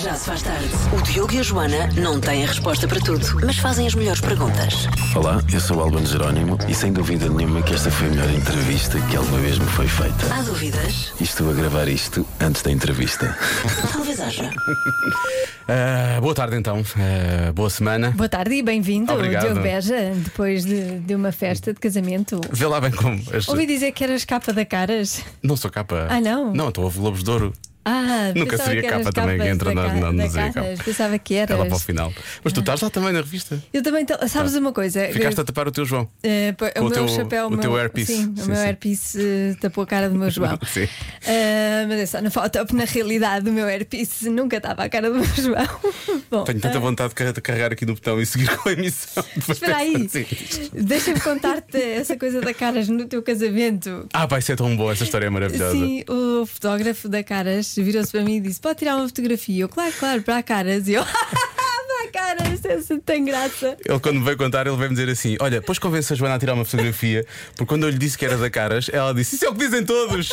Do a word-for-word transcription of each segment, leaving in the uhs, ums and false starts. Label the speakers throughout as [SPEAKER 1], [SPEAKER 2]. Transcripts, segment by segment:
[SPEAKER 1] Já se faz tarde. O Diogo e a Joana não têm a resposta para tudo, mas fazem as melhores perguntas.
[SPEAKER 2] Olá, eu sou o Albano Jerónimo e sem dúvida nenhuma que esta foi a melhor entrevista que alguma vez me foi feita.
[SPEAKER 1] Há dúvidas?
[SPEAKER 2] E estou a gravar isto antes da entrevista.
[SPEAKER 1] Talvez haja.
[SPEAKER 3] Uh, boa tarde então, uh, boa semana.
[SPEAKER 4] Boa tarde e bem-vindo,
[SPEAKER 3] Obrigado.
[SPEAKER 4] Diogo Beja, depois de, de uma festa de casamento.
[SPEAKER 3] Vê lá bem como as...
[SPEAKER 4] Ouvi dizer que eras capa da Caras.
[SPEAKER 3] Não sou capa.
[SPEAKER 4] Ah, não?
[SPEAKER 3] Não, estou a Globos de Ouro.
[SPEAKER 4] Ah,
[SPEAKER 3] Nunca
[SPEAKER 4] pensava
[SPEAKER 3] seria
[SPEAKER 4] que eras
[SPEAKER 3] capa também que entra
[SPEAKER 4] da
[SPEAKER 3] na,
[SPEAKER 4] ca-
[SPEAKER 3] na,
[SPEAKER 4] da
[SPEAKER 3] na capa.
[SPEAKER 4] Caras. Pensava que
[SPEAKER 3] É
[SPEAKER 4] eras.
[SPEAKER 3] lá para o final. Mas tu estás lá também na revista.
[SPEAKER 4] Eu também, te- sabes uma coisa?
[SPEAKER 3] Ficaste a tapar o teu João.
[SPEAKER 4] Eh, pô,
[SPEAKER 3] com
[SPEAKER 4] o
[SPEAKER 3] o
[SPEAKER 4] meu
[SPEAKER 3] teu-
[SPEAKER 4] chapéu,
[SPEAKER 3] o
[SPEAKER 4] meu,
[SPEAKER 3] teu airpiece.
[SPEAKER 4] Sim,
[SPEAKER 3] Sim,
[SPEAKER 4] o meu
[SPEAKER 3] sim.
[SPEAKER 4] airpiece eh, tapou a cara do meu João.
[SPEAKER 3] Sim.
[SPEAKER 4] Eh, mas é só na foto, porque na realidade o meu airpiece nunca estava a cara do meu João. Bom,
[SPEAKER 3] Tenho tanta
[SPEAKER 4] eh,
[SPEAKER 3] vontade de carre- de carregar aqui no botão e seguir com a emissão.
[SPEAKER 4] Espera aí,
[SPEAKER 3] Sim.
[SPEAKER 4] deixa-me contar-te essa coisa da Caras no teu casamento.
[SPEAKER 3] Ah, vai ser tão boa, essa história é maravilhosa.
[SPEAKER 4] Sim, o fotógrafo da Caras virou-se para mim e disse: pode tirar uma fotografia? Eu, claro, claro, para a Caras. E eu, para a Caras, essa tem graça.
[SPEAKER 3] Ele, quando me veio contar, ele veio-me dizer assim: olha, depois convence a Joana a tirar uma fotografia, porque quando eu lhe disse que era da Caras, ela disse: isso é o que dizem todos.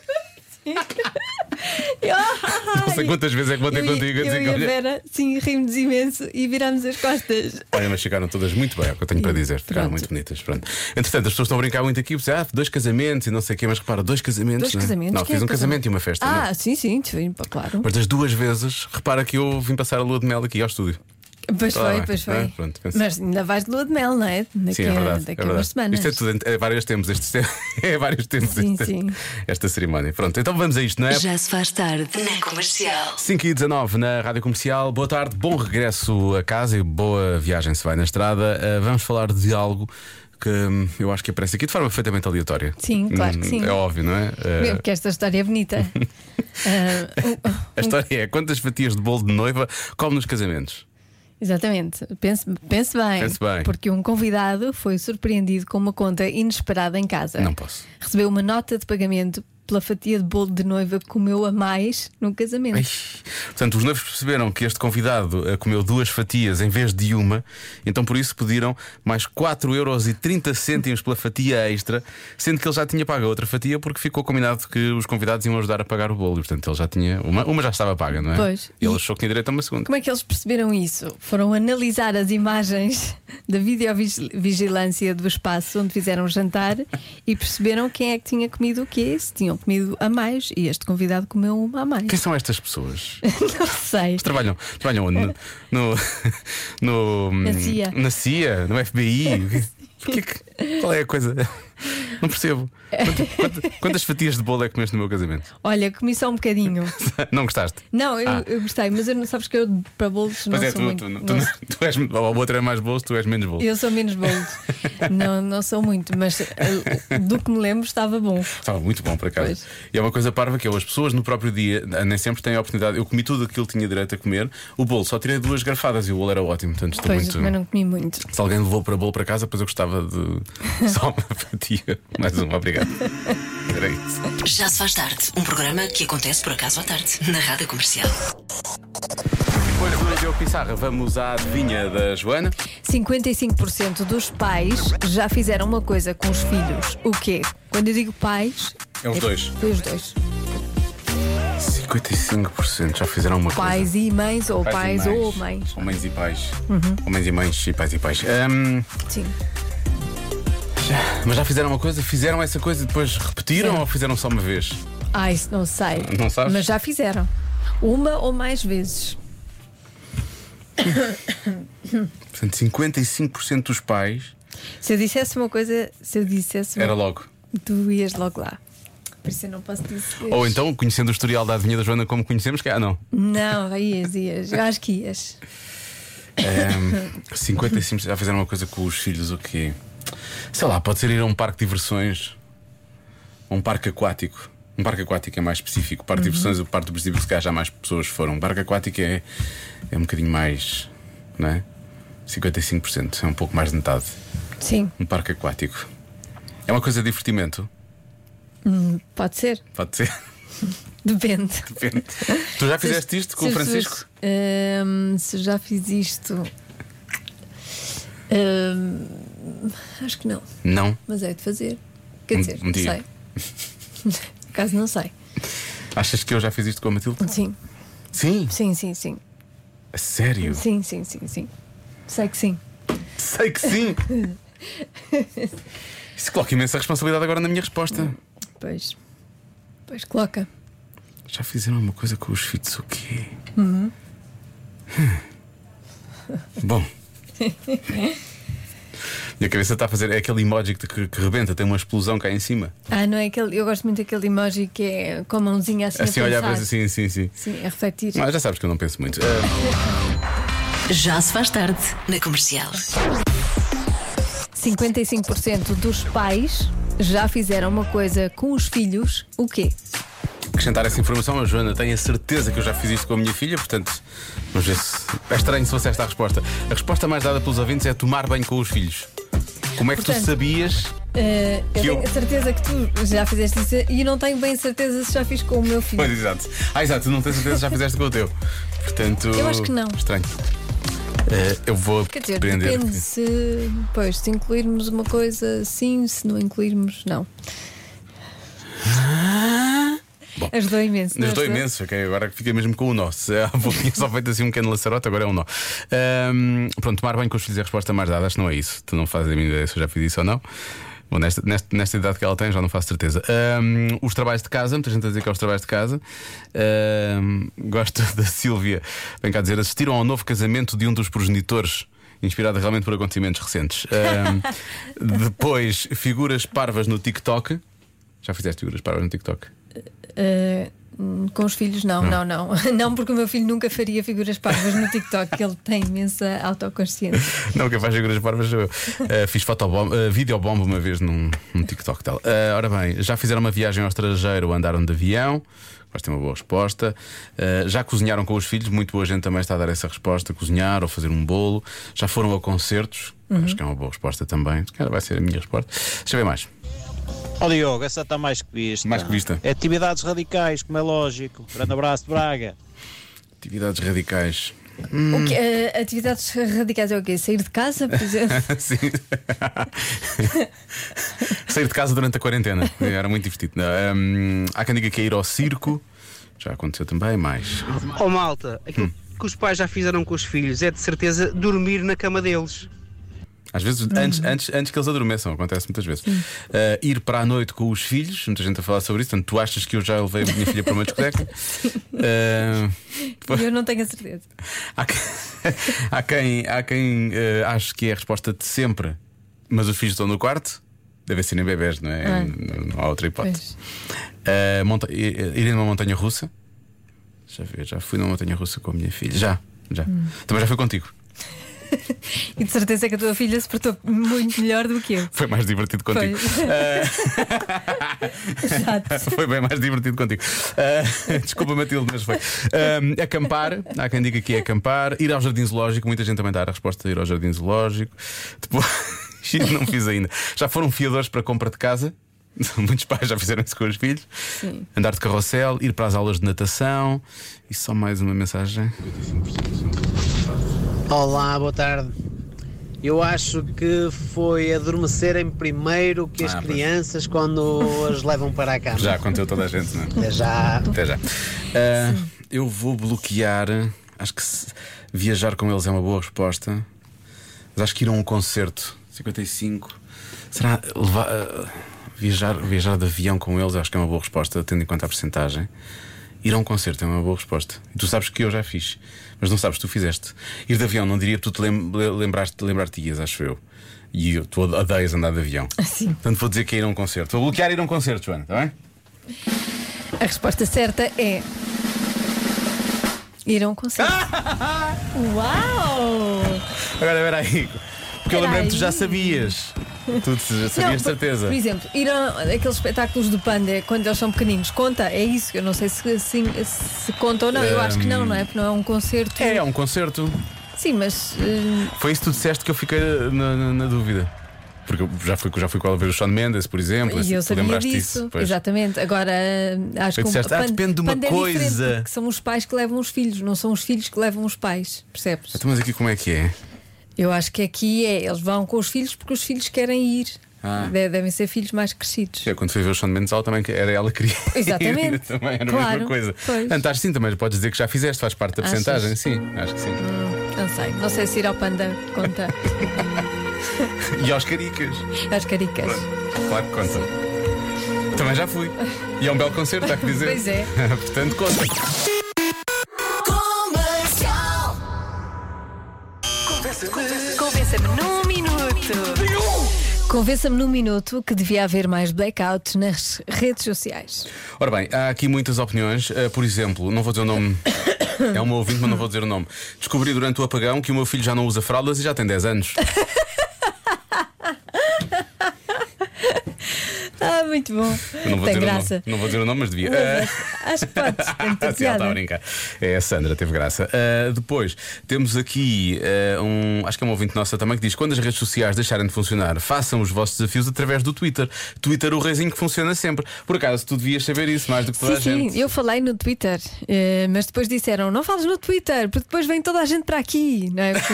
[SPEAKER 4] Eu,
[SPEAKER 3] Não sei quantas vezes é que vou ter
[SPEAKER 4] eu, e-
[SPEAKER 3] contigo a
[SPEAKER 4] eu
[SPEAKER 3] dizer
[SPEAKER 4] e
[SPEAKER 3] que
[SPEAKER 4] a
[SPEAKER 3] olha.
[SPEAKER 4] Vera, sim, rimos imenso e virámos as costas.
[SPEAKER 3] Olha, mas ficaram todas muito bem, é o que eu tenho para dizer. Ficaram
[SPEAKER 4] Pronto.
[SPEAKER 3] muito bonitas. Pronto. Entretanto, as pessoas estão a brincar muito aqui, porque, ah, dois casamentos e não sei o quê, mas repara, dois casamentos.
[SPEAKER 4] Dois
[SPEAKER 3] não é?
[SPEAKER 4] casamentos?
[SPEAKER 3] Não,
[SPEAKER 4] Quem
[SPEAKER 3] fiz
[SPEAKER 4] é
[SPEAKER 3] um
[SPEAKER 4] que
[SPEAKER 3] casamento
[SPEAKER 4] casou?
[SPEAKER 3] e uma festa.
[SPEAKER 4] Ah,
[SPEAKER 3] não.
[SPEAKER 4] sim, sim, sim, claro.
[SPEAKER 3] Mas das duas vezes, repara que eu vim passar a lua de mel aqui ao estúdio.
[SPEAKER 4] Pois
[SPEAKER 3] Ah,
[SPEAKER 4] foi,
[SPEAKER 3] bem,
[SPEAKER 4] pois foi.
[SPEAKER 3] ah, pronto, penso.
[SPEAKER 4] Mas ainda vais de lua de mel, não é? Daqui,
[SPEAKER 3] Sim, é
[SPEAKER 4] a-
[SPEAKER 3] verdade.
[SPEAKER 4] daqui
[SPEAKER 3] é
[SPEAKER 4] a umas
[SPEAKER 3] verdade.
[SPEAKER 4] semanas.
[SPEAKER 3] Isto é tudo, é vários tempos. Este, é vários tempos
[SPEAKER 4] Sim,
[SPEAKER 3] este-
[SPEAKER 4] sim.
[SPEAKER 3] esta cerimónia. Pronto, então vamos a isto, não é?
[SPEAKER 1] Já se faz tarde na Comercial.
[SPEAKER 3] cinco e dezanove na Rádio Comercial. Boa tarde, bom regresso a casa e boa viagem se vai na estrada. Uh, vamos falar de algo que hum, eu acho que aparece aqui de forma perfeitamente aleatória.
[SPEAKER 4] Sim, claro que
[SPEAKER 3] Hum,
[SPEAKER 4] sim.
[SPEAKER 3] É óbvio, não é? Uh,
[SPEAKER 4] Porque esta história é bonita. Ah,
[SPEAKER 3] a história é quantas fatias de bolo de noiva come nos casamentos?
[SPEAKER 4] Exatamente, pense, pense bem,
[SPEAKER 3] Pense bem.
[SPEAKER 4] porque um convidado foi surpreendido com uma conta inesperada em casa.
[SPEAKER 3] Não posso.
[SPEAKER 4] Recebeu uma nota de pagamento pela fatia de bolo de noiva que comeu a mais no casamento.
[SPEAKER 3] Ai. Portanto, os noivos perceberam que este convidado eh, comeu duas fatias em vez de uma, então por isso pediram mais quatro euros e trinta cêntimos pela fatia extra, sendo que ele já tinha pago a outra fatia porque ficou combinado que os convidados iam ajudar a pagar o bolo. E, portanto, ele já tinha. Uma, uma já estava paga, não é?
[SPEAKER 4] Pois.
[SPEAKER 3] E ele
[SPEAKER 4] E-
[SPEAKER 3] achou que tinha direito a uma segunda.
[SPEAKER 4] Como é que eles perceberam isso? Foram analisar as imagens da videovigilância do espaço onde fizeram o jantar e perceberam quem é que tinha comido o quê, se tinham comido a mais, e este convidado comeu uma a mais.
[SPEAKER 3] Quem são estas pessoas?
[SPEAKER 4] Não sei.
[SPEAKER 3] Trabalham, trabalham onde? No, no, no-
[SPEAKER 4] Na C I A.
[SPEAKER 3] Na C I A, no F B I. Porquê que- qual é a coisa? Não percebo. Quantas, quantas- quantas fatias de bolo é que comeste no meu casamento?
[SPEAKER 4] Olha, comi só um bocadinho.
[SPEAKER 3] Não gostaste?
[SPEAKER 4] Não, eu,
[SPEAKER 3] Ah.
[SPEAKER 4] eu gostei, mas eu não sabes que eu para bolos não
[SPEAKER 3] Pois é,
[SPEAKER 4] sou
[SPEAKER 3] tu,
[SPEAKER 4] muito.
[SPEAKER 3] tu,
[SPEAKER 4] não
[SPEAKER 3] tu,
[SPEAKER 4] sou-
[SPEAKER 3] tu és, ou o outro é mais bolos, tu és menos bolos.
[SPEAKER 4] Eu sou menos bolos. não, não sou muito, mas eh, do que me lembro estava bom.
[SPEAKER 3] Estava muito bom, por acaso.
[SPEAKER 4] Pois.
[SPEAKER 3] E é uma coisa parva que é, as pessoas no próprio dia nem sempre têm a oportunidade. Eu comi tudo aquilo que tinha direito a comer. O bolo só tirei duas garfadas e o bolo era ótimo. Portanto, estou
[SPEAKER 4] Pois,
[SPEAKER 3] muito.
[SPEAKER 4] mas não comi muito.
[SPEAKER 3] Se alguém levou para bolo para casa, depois eu gostava de só uma fatia. Mais uma, obrigado. Era isso.
[SPEAKER 1] Já se faz tarde. Um programa que acontece por acaso à tarde na Rádio Comercial.
[SPEAKER 3] Depois do Diogo Pissarra, vamos à adivinha da Joana.
[SPEAKER 4] cinquenta e cinco por cento dos pais já fizeram uma coisa com os filhos. O quê? Quando eu digo pais,
[SPEAKER 3] É os dois.
[SPEAKER 4] Foi os dois.
[SPEAKER 3] cinquenta e cinco por cento já fizeram uma
[SPEAKER 4] Pais
[SPEAKER 3] coisa.
[SPEAKER 4] e mães, ou pais,
[SPEAKER 3] e
[SPEAKER 4] ou mães.
[SPEAKER 3] Ou mães e pais.
[SPEAKER 4] Uhum.
[SPEAKER 3] Ou mães e mães e pais e pais. Ahm,
[SPEAKER 4] Sim.
[SPEAKER 3] já- mas já fizeram uma coisa? Fizeram essa coisa e depois repetiram
[SPEAKER 4] Sim.
[SPEAKER 3] ou fizeram só uma vez?
[SPEAKER 4] Ah, isso não sei.
[SPEAKER 3] Não sabes?
[SPEAKER 4] Mas já fizeram. Uma ou mais vezes.
[SPEAKER 3] Portanto, cinquenta e cinco por cento dos pais
[SPEAKER 4] Se eu dissesse uma coisa, se eu dissesse uma...
[SPEAKER 3] era logo.
[SPEAKER 4] tu ias logo lá. Por isso eu não posso dizer.
[SPEAKER 3] Ou então, conhecendo o historial da adivinha da Joana como conhecemos, que ah, não.
[SPEAKER 4] Não, ias, ias. Eu acho que ias.
[SPEAKER 3] Ahm, cinquenta e cinco por cento já fizeram uma coisa com os filhos, o quê? Sei lá, pode ser ir a um parque de diversões, a um parque aquático. Um parque aquático é mais específico. Parque de diversões, o parque do princípio, se calhar já mais pessoas foram. Um parque aquático é, é um bocadinho mais, não é? cinquenta e cinco por cento, é um pouco mais de metade.
[SPEAKER 4] Sim,
[SPEAKER 3] Um parque aquático é uma coisa de divertimento?
[SPEAKER 4] hum, pode ser.
[SPEAKER 3] Pode ser.
[SPEAKER 4] Depende.
[SPEAKER 3] Depende. Tu já fizeste isto com o
[SPEAKER 4] Se-
[SPEAKER 3] Francisco?
[SPEAKER 4] Se, hum, se já fiz isto. hum, acho que não.
[SPEAKER 3] Não.
[SPEAKER 4] Mas é de fazer. Quer
[SPEAKER 3] Um-
[SPEAKER 4] dizer,
[SPEAKER 3] um
[SPEAKER 4] não
[SPEAKER 3] dia.
[SPEAKER 4] sei. Por acaso não sei.
[SPEAKER 3] Achas que eu já fiz isto com a Matilde?
[SPEAKER 4] Sim.
[SPEAKER 3] Sim?
[SPEAKER 4] Sim, sim, sim.
[SPEAKER 3] A sério?
[SPEAKER 4] Sim, sim, sim, sim. Sei que sim.
[SPEAKER 3] Sei que sim. Isso coloca imensa responsabilidade agora na minha resposta.
[SPEAKER 4] Pois. Pois coloca.
[SPEAKER 3] Já fizeram uma coisa com os filhos, o quê?
[SPEAKER 4] Uhum.
[SPEAKER 3] Hum. Bom. Minha cabeça está a fazer. É aquele emoji que, que, que rebenta, tem uma explosão cá em cima.
[SPEAKER 4] Ah, não é aquele. Eu gosto muito daquele emoji que é com a mãozinha assim.
[SPEAKER 3] Assim
[SPEAKER 4] a
[SPEAKER 3] olhar
[SPEAKER 4] pensar.
[SPEAKER 3] para sim, sim, sim.
[SPEAKER 4] Sim, a refletir.
[SPEAKER 3] Mas já sabes que eu não penso muito. Uh...
[SPEAKER 1] Já se faz tarde na Comercial.
[SPEAKER 4] cinquenta e cinco por cento dos pais já fizeram uma coisa com os filhos. O quê?
[SPEAKER 3] Acrescentar essa informação, a Joana tem a certeza que eu já fiz isto com a minha filha, portanto, vamos ver se. É estranho se fosse esta a resposta. A resposta mais dada pelos ouvintes é tomar banho com os filhos. Como é que
[SPEAKER 4] Portanto,
[SPEAKER 3] tu sabias?
[SPEAKER 4] Uh, eu
[SPEAKER 3] Que
[SPEAKER 4] tenho
[SPEAKER 3] eu-
[SPEAKER 4] a certeza que tu já fizeste isso e não tenho bem certeza se já fiz com o meu filho.
[SPEAKER 3] Pois, exato. Ah, exato, tu não tens certeza que já fizeste com o teu. Portanto.
[SPEAKER 4] Eu acho que não.
[SPEAKER 3] Estranho. Uh, eu vou
[SPEAKER 4] Quer dizer,
[SPEAKER 3] prender.
[SPEAKER 4] depende se, pois, se incluirmos uma coisa sim, se não incluirmos, não.
[SPEAKER 3] Bom,
[SPEAKER 4] Ajudou imenso. não
[SPEAKER 3] Ajudou
[SPEAKER 4] ajudou?
[SPEAKER 3] imenso, ok? Agora fiquei mesmo com o nó. Se a avó tinha só feito assim um pequeno laçarote, agora é um nó. Ahm, pronto, tomar banho com os filhos é a resposta mais dada. Acho que não é isso. Tu não fazes a mínima ideia se eu já fiz isso ou não. Bom, nesta, nesta, nesta idade que ela tem, já não faço certeza. Ahm, os trabalhos de casa, muita gente a dizer que é os trabalhos de casa. Ahm, gosto da Sílvia, vem cá dizer, assistiram ao novo casamento de um dos progenitores. Inspirada realmente por acontecimentos recentes. Ahm, depois, figuras parvas no TikTok. Já fizeste figuras parvas no TikTok?
[SPEAKER 4] Uh, com os filhos, não, não, não. Não, porque o meu filho nunca faria figuras parvas no TikTok, que ele tem imensa autoconsciência.
[SPEAKER 3] Não, quem faz figuras parvas sou eu. Uh, fiz fotobomba, uh, videobomba uma vez num, num TikTok tal. Uh, ora bem, já fizeram uma viagem ao estrangeiro ou andaram de avião? Vais ter uma boa resposta. Uh, já cozinharam com os filhos? Muito boa gente também está a dar essa resposta: cozinhar ou fazer um bolo. Já foram a concertos? Uhum. Acho que é uma boa resposta também. Se calhar vai ser a minha resposta. Deixa eu ver mais.
[SPEAKER 5] Ó Diogo, essa está mais que vista.
[SPEAKER 3] Mais que vista.
[SPEAKER 5] É atividades radicais, como é lógico. Grande abraço de Braga.
[SPEAKER 3] Atividades radicais.
[SPEAKER 4] O que, uh, atividades radicais é o quê? Sair de casa, por exemplo?
[SPEAKER 3] Sim. Sair de casa durante a quarentena. Era muito divertido. Um, há quem diga que é ir ao circo. Já aconteceu também, mais.
[SPEAKER 6] Oh malta, aquilo
[SPEAKER 3] Hum.
[SPEAKER 6] que os pais já fizeram com os filhos é de certeza dormir na cama deles.
[SPEAKER 3] Às vezes, antes, antes, antes que eles adormeçam, acontece muitas vezes. Uh, ir para a noite com os filhos, muita gente a falar sobre isso. Portanto, tu achas que eu já levei a minha filha para uma discoteca? Uh,
[SPEAKER 4] Eu não tenho a certeza.
[SPEAKER 3] há, que- há quem, há quem uh, ache que é a resposta de sempre, mas os filhos estão no quarto. Devem ser nem bebés, não é?
[SPEAKER 4] Ah.
[SPEAKER 3] Não, não há outra hipótese.
[SPEAKER 4] Pois.
[SPEAKER 3] Uh, monta ir ir numa montanha russa. Já, vi, já fui numa montanha russa com a minha filha. Já, já.
[SPEAKER 4] Hum.
[SPEAKER 3] Também já fui contigo.
[SPEAKER 4] E de certeza que a tua filha se portou muito melhor do que eu.
[SPEAKER 3] Foi mais divertido contigo.
[SPEAKER 4] Foi. Exato.
[SPEAKER 3] Foi bem mais divertido contigo. Uh, desculpa, Matilde, mas foi. Um, acampar, há quem diga que é acampar. Ir ao jardim zoológico, muita gente também dá a resposta de ir ao jardim zoológico. Depois, não fiz ainda. Já foram fiadores para compra de casa. Muitos pais já fizeram isso com os filhos.
[SPEAKER 4] Sim.
[SPEAKER 3] Andar de carrossel, ir para as aulas de natação. E só mais uma mensagem.
[SPEAKER 7] Olá, boa tarde. Eu acho que foi adormecerem primeiro que as
[SPEAKER 3] Ah, pois.
[SPEAKER 7] crianças quando as levam para a cama.
[SPEAKER 3] Já aconteceu toda a gente, não é?
[SPEAKER 7] Até já.
[SPEAKER 3] Até já. Ah, eu vou bloquear. Acho que se- viajar com eles é uma boa resposta. Mas acho que ir a um concerto cinquenta e cinco. Será levar, ah, viajar, viajar de avião com eles? Acho que é uma boa resposta, tendo em conta a percentagem. Ir a um concerto é uma boa resposta. E tu sabes que eu já fiz, mas não sabes que tu fizeste. Ir de avião, não diria que tu te lem- lembraste, lembrar-te-ias, acho eu. E eu, tu odeias andar de avião.
[SPEAKER 4] Sim.
[SPEAKER 3] Portanto, vou dizer que é ir a um concerto. Vou bloquear ir a um concerto, Joana, está bem?
[SPEAKER 4] A resposta certa é ir a um concerto. Uau!
[SPEAKER 3] Agora, espera aí. Porque eu
[SPEAKER 4] Espera
[SPEAKER 3] lembrei-me que tu já
[SPEAKER 4] aí.
[SPEAKER 3] sabias. Tu já
[SPEAKER 4] Não,
[SPEAKER 3] sabias de
[SPEAKER 4] por-
[SPEAKER 3] certeza.
[SPEAKER 4] Por exemplo, ir a aqueles espetáculos do Panda quando eles são pequeninos, conta? É isso? Eu não sei se, se, se conta ou não. Eu acho que não, não é? Porque não é um concerto.
[SPEAKER 3] É, é um concerto.
[SPEAKER 4] Sim, mas eh,
[SPEAKER 3] Foi isso que tu disseste que eu fiquei na, na- na dúvida. Porque eu já fui, já fui com ela ver o Shawn Mendes, por exemplo.
[SPEAKER 4] e eu
[SPEAKER 3] tu
[SPEAKER 4] sabia
[SPEAKER 3] lembraste
[SPEAKER 4] disso.
[SPEAKER 3] disso? Pois.
[SPEAKER 4] Exatamente. Agora eh, acho
[SPEAKER 3] Eu
[SPEAKER 4] que
[SPEAKER 3] disseste, ah,
[SPEAKER 4] Pan-
[SPEAKER 3] depende de uma
[SPEAKER 4] Panda é diferente,
[SPEAKER 3] coisa.
[SPEAKER 4] porque são os pais que levam os filhos, não são os filhos que levam os pais. Percebes?
[SPEAKER 3] Então, mas aqui como é que é?
[SPEAKER 4] Eu acho que aqui é, eles vão com os filhos porque os filhos querem ir.
[SPEAKER 3] Ah.
[SPEAKER 4] De- Devem ser filhos mais crescidos.
[SPEAKER 3] Eu, quando fui ver o Shawn Mendes, ela também era ela que queria.
[SPEAKER 4] Exatamente.
[SPEAKER 3] Também era a
[SPEAKER 4] Claro,
[SPEAKER 3] mesma coisa.
[SPEAKER 4] pois.
[SPEAKER 3] Portanto, acho que sim, também podes dizer que já fizeste, faz parte da
[SPEAKER 4] Achas?
[SPEAKER 3] porcentagem. Sim, acho que sim.
[SPEAKER 4] Não sei, não sei se ir ao Panda conta.
[SPEAKER 3] E aos caricas.
[SPEAKER 4] As caricas.
[SPEAKER 3] Claro que conta. Também já fui. E é um belo concerto, há que dizer.
[SPEAKER 4] Pois é.
[SPEAKER 3] Portanto, conta.
[SPEAKER 1] Convença-me num minuto.
[SPEAKER 4] Convença-me num minuto que devia haver mais blackouts nas redes sociais.
[SPEAKER 3] Ora bem, há aqui muitas opiniões. Uh, por exemplo, não vou dizer o nome. É uma ouvinte, mas não vou dizer o nome. Descobri durante o apagão que o meu filho já não usa fraldas e já tem dez anos.
[SPEAKER 4] Ah, muito bom.
[SPEAKER 3] Eu não vou
[SPEAKER 4] Tem
[SPEAKER 3] dizer
[SPEAKER 4] graça.
[SPEAKER 3] O nome, não vou dizer o nome, mas devia.
[SPEAKER 4] Mas acho que podes, tem muita
[SPEAKER 3] Sim, ela está a
[SPEAKER 4] piada.
[SPEAKER 3] brincar. É a Sandra, teve graça. Uh, depois temos aqui uh, um. Acho que é uma ouvinte nossa também que diz: quando as redes sociais deixarem de funcionar, façam os vossos desafios através do Twitter. Twitter, o reizinho que funciona sempre. Por acaso, tu devias saber isso mais do que toda
[SPEAKER 4] Sim,
[SPEAKER 3] a gente.
[SPEAKER 4] sim, eu falei no Twitter, eh, mas depois disseram: não fales no Twitter, porque depois vem toda a gente para aqui, não é?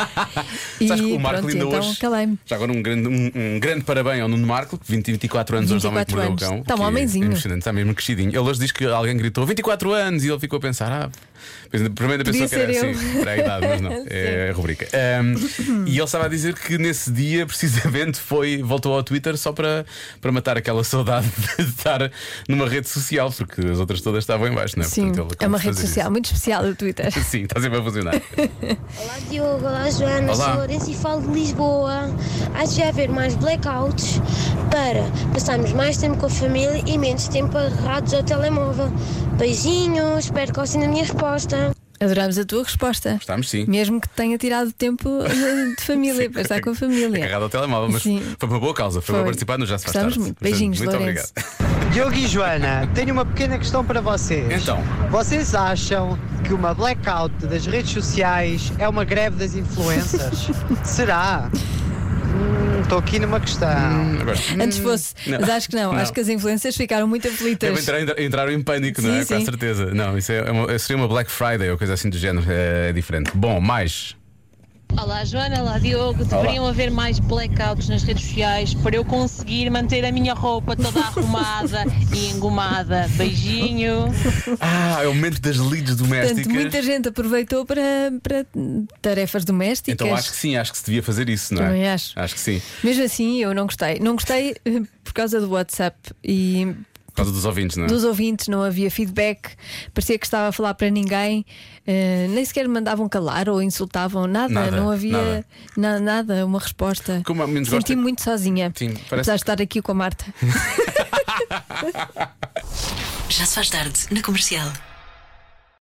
[SPEAKER 4] E
[SPEAKER 3] Sabes que o Marco
[SPEAKER 4] pronto,
[SPEAKER 3] ainda
[SPEAKER 4] então
[SPEAKER 3] hoje.
[SPEAKER 4] calei-me.
[SPEAKER 3] Já agora um grande, um, um grande parabéns ao Nuno Marco, que vinte, vinte e quatro anos hoje, homem que mordeu o cão.
[SPEAKER 4] Está um
[SPEAKER 3] que é
[SPEAKER 4] homenzinho.
[SPEAKER 3] impressionante, está mesmo crescidinho. Ele hoje diz que alguém gritou vinte e quatro anos e ele ficou a pensar: ah, primeiro
[SPEAKER 4] Podia
[SPEAKER 3] pensou que era
[SPEAKER 4] ser eu.
[SPEAKER 3] assim, para a idade, mas não, é a rubrica. Um, e ele estava a dizer que nesse dia, precisamente, foi, voltou ao Twitter só para, para matar aquela saudade de estar numa rede social, porque as outras todas estavam em baixo, não é?
[SPEAKER 4] Sim,
[SPEAKER 3] Portanto, ele
[SPEAKER 4] é uma
[SPEAKER 3] acabou de
[SPEAKER 4] rede
[SPEAKER 3] fazer
[SPEAKER 4] social muito especial o Twitter.
[SPEAKER 3] isso. Sim, está sempre a funcionar.
[SPEAKER 8] Olá Diogo, olá Joana,
[SPEAKER 3] Olá.
[SPEAKER 8] sou Lourenço e falo de Lisboa. Acho que vai haver mais blackouts para passarmos mais tempo com a família e menos tempo agarrados ao telemóvel. Beijinhos, espero que gostem da minha resposta.
[SPEAKER 4] Adoramos a tua resposta.
[SPEAKER 3] Estamos sim.
[SPEAKER 4] Mesmo que tenha tirado tempo de família, para estar com a família.
[SPEAKER 3] Agarrado ao telemóvel, mas
[SPEAKER 4] Sim.
[SPEAKER 3] foi uma boa causa, foi,
[SPEAKER 4] Foi.
[SPEAKER 3] para participar no Já Se Faz
[SPEAKER 4] Gostamos
[SPEAKER 3] Tarde.
[SPEAKER 4] muito.
[SPEAKER 3] Portanto,
[SPEAKER 4] Beijinhos,
[SPEAKER 3] muito
[SPEAKER 4] Lourenço.
[SPEAKER 3] obrigado.
[SPEAKER 7] Diogo e Joana, tenho uma pequena questão para vocês.
[SPEAKER 3] Então.
[SPEAKER 7] Vocês acham que uma blackout das redes sociais é uma greve das influências? Será? Estou aqui numa questão.
[SPEAKER 3] Agora,
[SPEAKER 4] Antes fosse,
[SPEAKER 3] não.
[SPEAKER 4] mas acho que não.
[SPEAKER 3] Não.
[SPEAKER 4] Acho que as influências ficaram muito aflitas.
[SPEAKER 3] Devem entrar, entraram em pânico, não é?
[SPEAKER 4] Sim,
[SPEAKER 3] Com
[SPEAKER 4] sim.
[SPEAKER 3] certeza. Não, isso é uma, seria uma Black Friday ou coisa assim do género. É, é diferente. Bom, mais.
[SPEAKER 9] Olá Joana, olá Diogo. Deveriam haver mais blackouts nas redes sociais para eu conseguir manter a minha roupa toda arrumada e engomada. Beijinho.
[SPEAKER 3] Ah, é o momento das leads domésticas.
[SPEAKER 4] Portanto, muita gente aproveitou para, para tarefas domésticas.
[SPEAKER 3] Então acho que sim, acho que se devia fazer isso, não é?
[SPEAKER 4] Também acho.
[SPEAKER 3] Acho que sim.
[SPEAKER 4] Mesmo assim, eu não gostei. Não gostei eh, por causa do WhatsApp e
[SPEAKER 3] Por causa dos ouvintes, não é?
[SPEAKER 4] dos ouvintes, não havia feedback. Parecia que estava a falar para ninguém. eh, nem sequer mandavam calar ou insultavam, nada.
[SPEAKER 3] Nada,
[SPEAKER 4] não havia
[SPEAKER 3] nada.
[SPEAKER 4] na- nada, uma resposta.
[SPEAKER 3] Como ao menos
[SPEAKER 4] Senti-me
[SPEAKER 3] gosta-
[SPEAKER 4] muito sozinha.
[SPEAKER 3] Sim, parece
[SPEAKER 4] Apesar de estar aqui com a Marta.
[SPEAKER 1] Já se faz tarde na Comercial.